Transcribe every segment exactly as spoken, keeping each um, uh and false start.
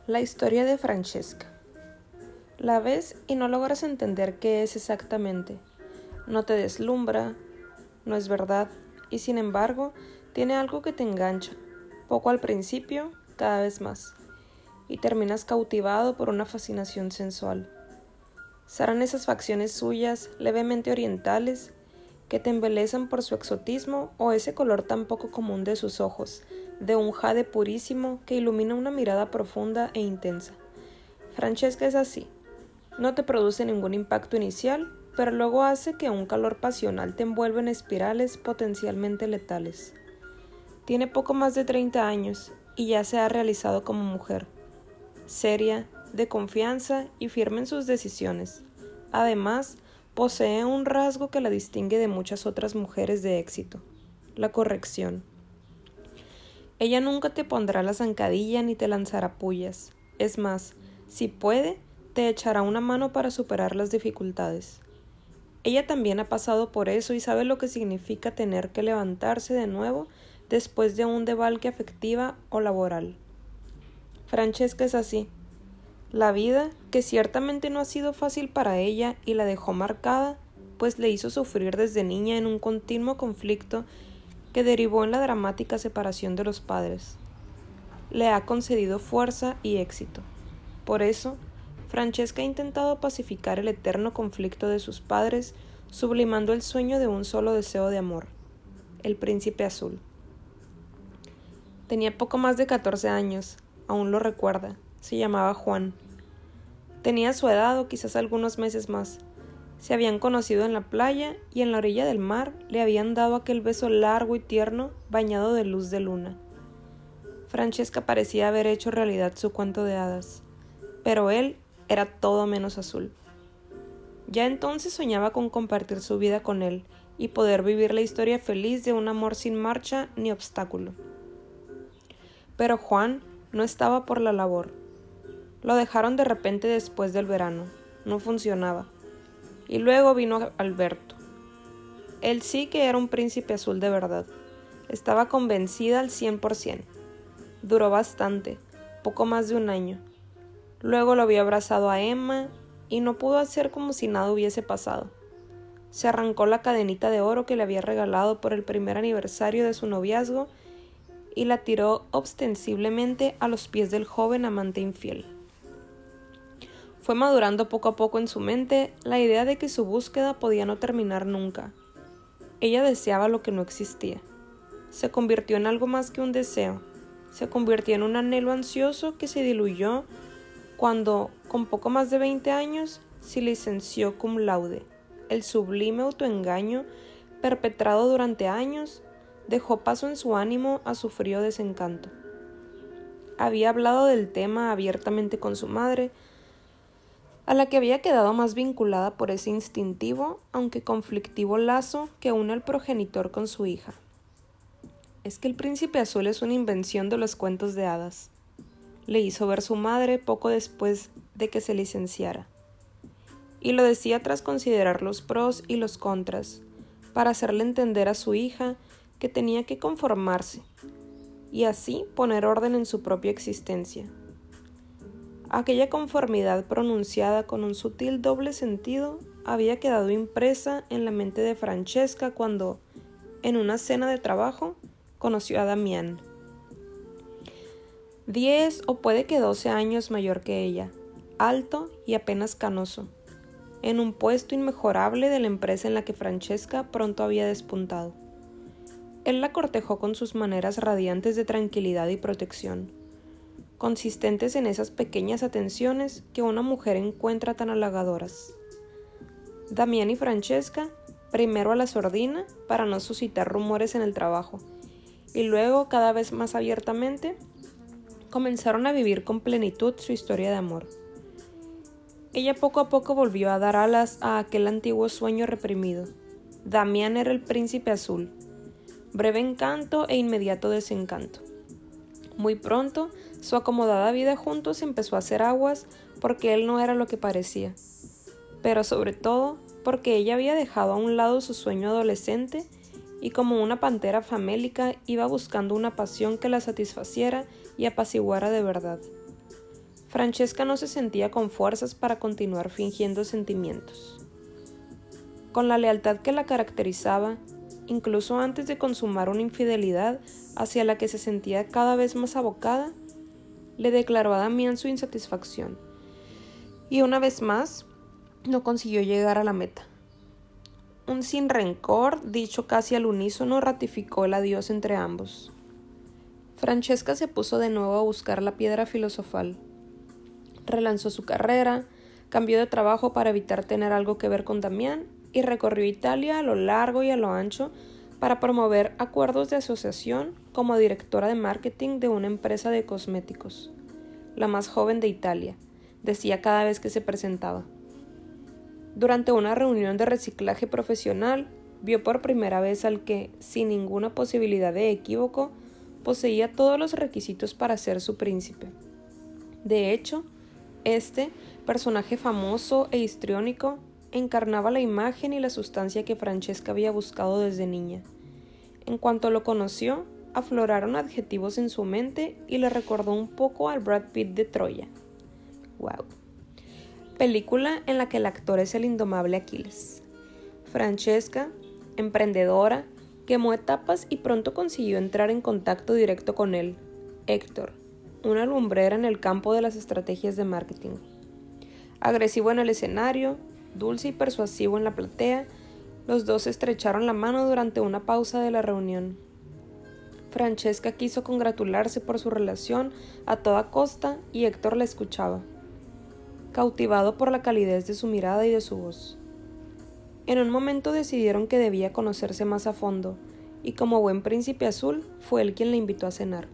La historia de Francesca. La ves y no logras entender qué es exactamente. No te deslumbra, no es verdad, y sin embargo, tiene algo que te engancha, poco al principio, cada vez más, y terminas cautivado por una fascinación sensual. Serán esas facciones suyas, levemente orientales, que te embelezan por su exotismo o ese color tan poco común de sus ojos, de un jade purísimo que ilumina una mirada profunda e intensa. Francesca es así. No te produce ningún impacto inicial, pero luego hace que un calor pasional te envuelva en espirales potencialmente letales. Tiene poco más de treinta años y ya se ha realizado como mujer. Seria, de confianza y firme en sus decisiones. Además, posee un rasgo que la distingue de muchas otras mujeres de éxito: la corrección. Ella nunca te pondrá la zancadilla ni te lanzará pullas. Es más, si puede, te echará una mano para superar las dificultades. Ella también ha pasado por eso y sabe lo que significa tener que levantarse de nuevo después de un debacle afectiva o laboral. Francesca es así. La vida, que ciertamente no ha sido fácil para ella y la dejó marcada, pues le hizo sufrir desde niña en un continuo conflicto que derivó en la dramática separación de los padres. Le ha concedido fuerza y éxito. Por eso, Francesca ha intentado pacificar el eterno conflicto de sus padres, sublimando el sueño de un solo deseo de amor: el príncipe azul. Tenía poco más de catorce años, aún lo recuerda, se llamaba Juan. Tenía su edad o quizás algunos meses más. Se habían conocido en la playa y en la orilla del mar le habían dado aquel beso largo y tierno, bañado de luz de luna. Francesca parecía haber hecho realidad su cuento de hadas, pero él era todo menos azul. Ya entonces soñaba con compartir su vida con él y poder vivir la historia feliz de un amor sin marcha ni obstáculo. Pero Juan no estaba por la labor. Lo dejaron de repente después del verano. No funcionaba. Y luego vino Alberto. Él sí que era un príncipe azul de verdad. Estaba convencida al cien por ciento. Duró bastante, poco más de un año. Luego lo había abrazado a Emma y no pudo hacer como si nada hubiese pasado. Se arrancó la cadenita de oro que le había regalado por el primer aniversario de su noviazgo y la tiró ostensiblemente a los pies del joven amante infiel. Fue madurando poco a poco en su mente la idea de que su búsqueda podía no terminar nunca. Ella deseaba lo que no existía. Se convirtió en algo más que un deseo. Se convirtió en un anhelo ansioso que se diluyó cuando, con poco más de veinte años, se licenció cum laude. El sublime autoengaño, perpetrado durante años, dejó paso en su ánimo a su frío desencanto. Había hablado del tema abiertamente con su madre, a la que había quedado más vinculada por ese instintivo, aunque conflictivo lazo que une al progenitor con su hija. Es que el príncipe azul es una invención de los cuentos de hadas, le hizo ver su madre poco después de que se licenciara. Y lo decía tras considerar los pros y los contras, para hacerle entender a su hija que tenía que conformarse, y así poner orden en su propia existencia. Aquella conformidad pronunciada con un sutil doble sentido había quedado impresa en la mente de Francesca cuando, en una cena de trabajo, conoció a Damián. Diez o puede que doce años mayor que ella, alto y apenas canoso, en un puesto inmejorable de la empresa en la que Francesca pronto había despuntado. Él la cortejó con sus maneras radiantes de tranquilidad y protección, consistentes en esas pequeñas atenciones que una mujer encuentra tan halagadoras. Damián y Francesca, primero a la sordina para no suscitar rumores en el trabajo, y luego cada vez más abiertamente, comenzaron a vivir con plenitud su historia de amor. Ella poco a poco volvió a dar alas a aquel antiguo sueño reprimido. Damián era el príncipe azul, breve encanto e inmediato desencanto. Muy pronto, su acomodada vida juntos empezó a hacer aguas porque él no era lo que parecía, pero sobre todo porque ella había dejado a un lado su sueño adolescente y como una pantera famélica iba buscando una pasión que la satisfaciera y apaciguara de verdad. Francesca no se sentía con fuerzas para continuar fingiendo sentimientos. Con la lealtad que la caracterizaba, incluso antes de consumar una infidelidad hacia la que se sentía cada vez más abocada, le declaró a Damián su insatisfacción, y una vez más no consiguió llegar a la meta. Un sin rencor, dicho casi al unísono, ratificó el adiós entre ambos. Francesca se puso de nuevo a buscar la piedra filosofal. Relanzó su carrera, cambió de trabajo para evitar tener algo que ver con Damián y recorrió Italia a lo largo y a lo ancho para promover acuerdos de asociación como directora de marketing de una empresa de cosméticos, la más joven de Italia, decía cada vez que se presentaba. Durante una reunión de reciclaje profesional, vio por primera vez al que, sin ninguna posibilidad de equívoco, poseía todos los requisitos para ser su príncipe. De hecho, este, personaje famoso e histriónico, encarnaba la imagen y la sustancia que Francesca había buscado desde niña. En cuanto lo conoció, afloraron adjetivos en su mente y le recordó un poco al Brad Pitt de Troya. Wow. Película en la que el actor es el indomable Aquiles. Francesca, emprendedora, quemó etapas y pronto consiguió entrar en contacto directo con él, Héctor, una lumbrera en el campo de las estrategias de marketing. Agresivo en el escenario, dulce y persuasivo en la platea, los dos estrecharon la mano durante una pausa de la reunión. Francesca quiso congratularse por su relación a toda costa y Héctor la escuchaba, cautivado por la calidez de su mirada y de su voz. En un momento decidieron que debía conocerse más a fondo, y como buen príncipe azul, fue él quien la invitó a cenar.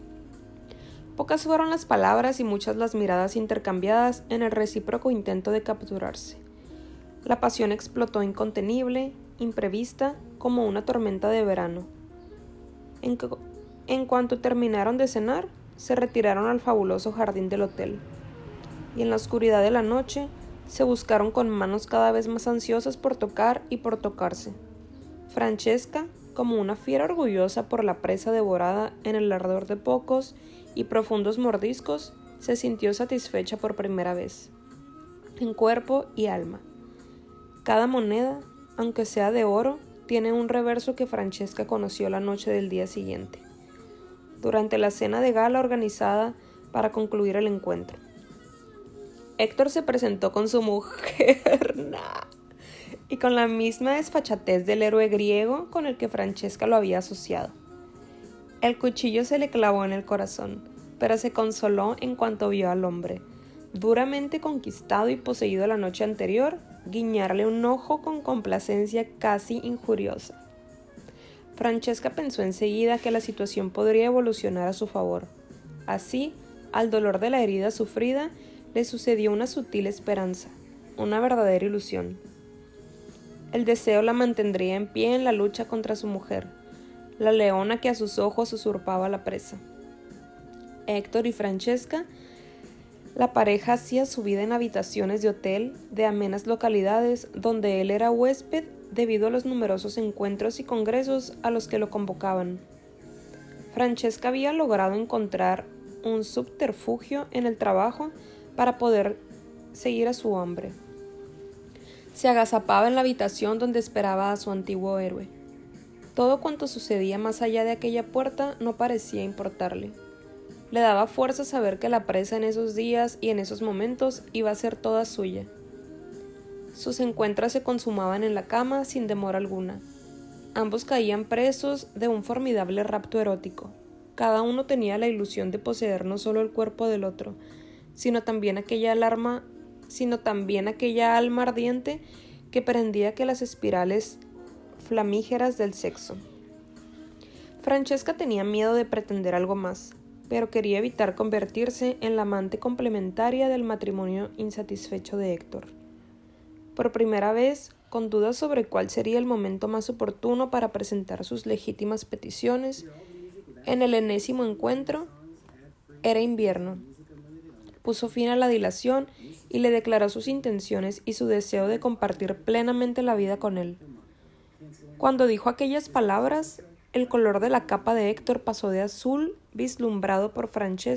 Pocas fueron las palabras y muchas las miradas intercambiadas en el recíproco intento de capturarse. La pasión explotó incontenible, imprevista, como una tormenta de verano. En, cu- en cuanto terminaron de cenar, se retiraron al fabuloso jardín del hotel, y en la oscuridad de la noche se buscaron con manos cada vez más ansiosas por tocar y por tocarse. Francesca, como una fiera orgullosa por la presa devorada en el ardor de pocos y profundos mordiscos, se sintió satisfecha por primera vez, en cuerpo y alma. Cada moneda, aunque sea de oro, tiene un reverso que Francesca conoció la noche del día siguiente, durante la cena de gala organizada para concluir el encuentro. Héctor se presentó con su mujer nah, y con la misma desfachatez del héroe griego con el que Francesca lo había asociado. El cuchillo se le clavó en el corazón, pero se consoló en cuanto vio al hombre, duramente conquistado y poseído la noche anterior, guiñarle un ojo con complacencia casi injuriosa. Francesca pensó enseguida que la situación podría evolucionar a su favor. Así, al dolor de la herida sufrida, le sucedió una sutil esperanza, una verdadera ilusión. El deseo la mantendría en pie en la lucha contra su mujer, la leona que a sus ojos usurpaba la presa. Héctor y Francesca, la pareja hacía su vida en habitaciones de hotel de amenas localidades donde él era huésped debido a los numerosos encuentros y congresos a los que lo convocaban. Francesca había logrado encontrar un subterfugio en el trabajo para poder seguir a su hombre. Se agazapaba en la habitación donde esperaba a su antiguo héroe. Todo cuanto sucedía más allá de aquella puerta no parecía importarle. Le daba fuerza saber que la presa en esos días y en esos momentos iba a ser toda suya. Sus encuentros se consumaban en la cama sin demora alguna. Ambos caían presos de un formidable rapto erótico. Cada uno tenía la ilusión de poseer no solo el cuerpo del otro, sino también aquella alarma, sino también aquella alma ardiente que prendía que las espirales flamígeras del sexo. Francesca tenía miedo de pretender algo más, pero quería evitar convertirse en la amante complementaria del matrimonio insatisfecho de Héctor. Por primera vez, con dudas sobre cuál sería el momento más oportuno para presentar sus legítimas peticiones, en el enésimo encuentro, era invierno. Puso fin a la dilación y le declaró sus intenciones y su deseo de compartir plenamente la vida con él. Cuando dijo aquellas palabras, el color de la capa de Héctor pasó de azul, vislumbrado por Francesca,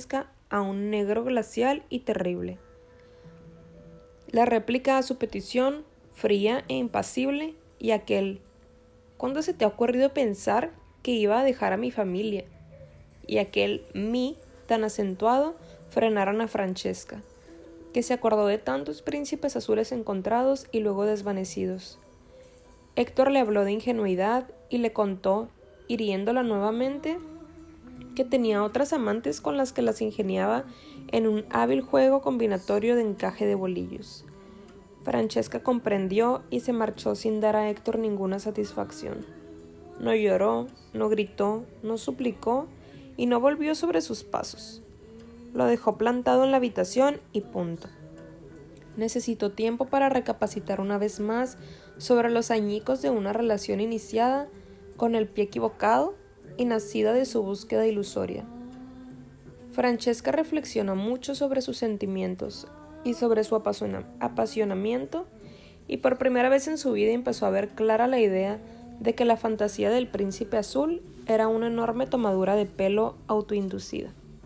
a un negro glacial y terrible. La réplica a su petición, fría e impasible, y aquel ¿cuándo se te ha ocurrido pensar que iba a dejar a mi familia? Y aquel mí tan acentuado frenaron a Francesca, que se acordó de tantos príncipes azules encontrados y luego desvanecidos. Héctor le habló de ingenuidad y le contó, hiriéndola nuevamente, que tenía otras amantes con las que las ingeniaba en un hábil juego combinatorio de encaje de bolillos. Francesca comprendió y se marchó sin dar a Héctor ninguna satisfacción. No lloró, no gritó, no suplicó y no volvió sobre sus pasos. Lo dejó plantado en la habitación y punto. Necesitó tiempo para recapacitar una vez más sobre los añicos de una relación iniciada con el pie equivocado y nacida de su búsqueda ilusoria. Francesca reflexionó mucho sobre sus sentimientos y sobre su apasiona- apasionamiento, y por primera vez en su vida empezó a ver clara la idea de que la fantasía del príncipe azul era una enorme tomadura de pelo autoinducida.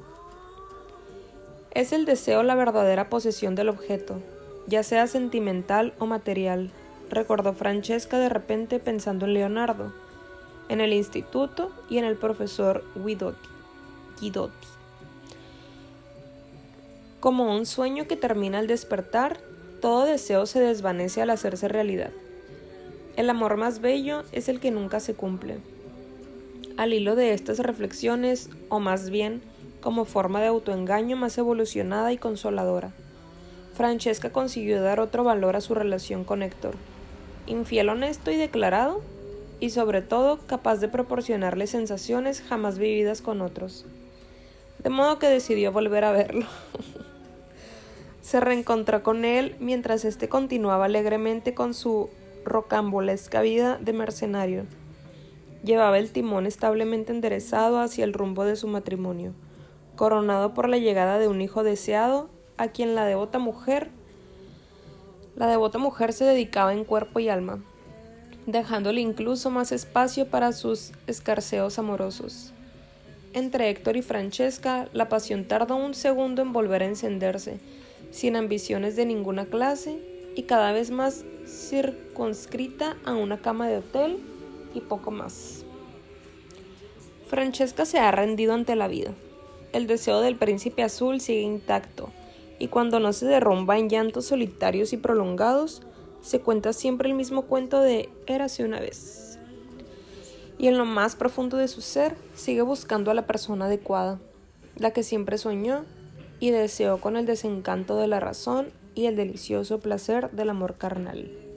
Es el deseo la verdadera posesión del objeto, ya sea sentimental o material, recordó Francesca de repente pensando en Leonardo, en el instituto y en el profesor Guidotti. Guidotti. Como un sueño que termina al despertar, todo deseo se desvanece al hacerse realidad. El amor más bello es el que nunca se cumple. Al hilo de estas reflexiones, o más bien, como forma de autoengaño más evolucionada y consoladora, Francesca consiguió dar otro valor a su relación con Héctor, infiel honesto y declarado, y sobre todo capaz de proporcionarle sensaciones jamás vividas con otros. De modo que decidió volver a verlo. Se reencontró con él mientras éste continuaba alegremente con su rocambolesca vida de mercenario. Llevaba el timón establemente enderezado hacia el rumbo de su matrimonio, coronado por la llegada de un hijo deseado, a quien la devota mujer, la devota mujer se dedicaba en cuerpo y alma, dejándole incluso más espacio para sus escarceos amorosos. Entre Héctor y Francesca, la pasión tardó un segundo en volver a encenderse, sin ambiciones de ninguna clase y cada vez más circunscrita a una cama de hotel y poco más. Francesca se ha rendido ante la vida. El deseo del príncipe azul sigue intacto, y cuando no se derrumba en llantos solitarios y prolongados, se cuenta siempre el mismo cuento de érase una vez. Y en lo más profundo de su ser sigue buscando a la persona adecuada, la que siempre soñó y deseó con el desencanto de la razón y el delicioso placer del amor carnal.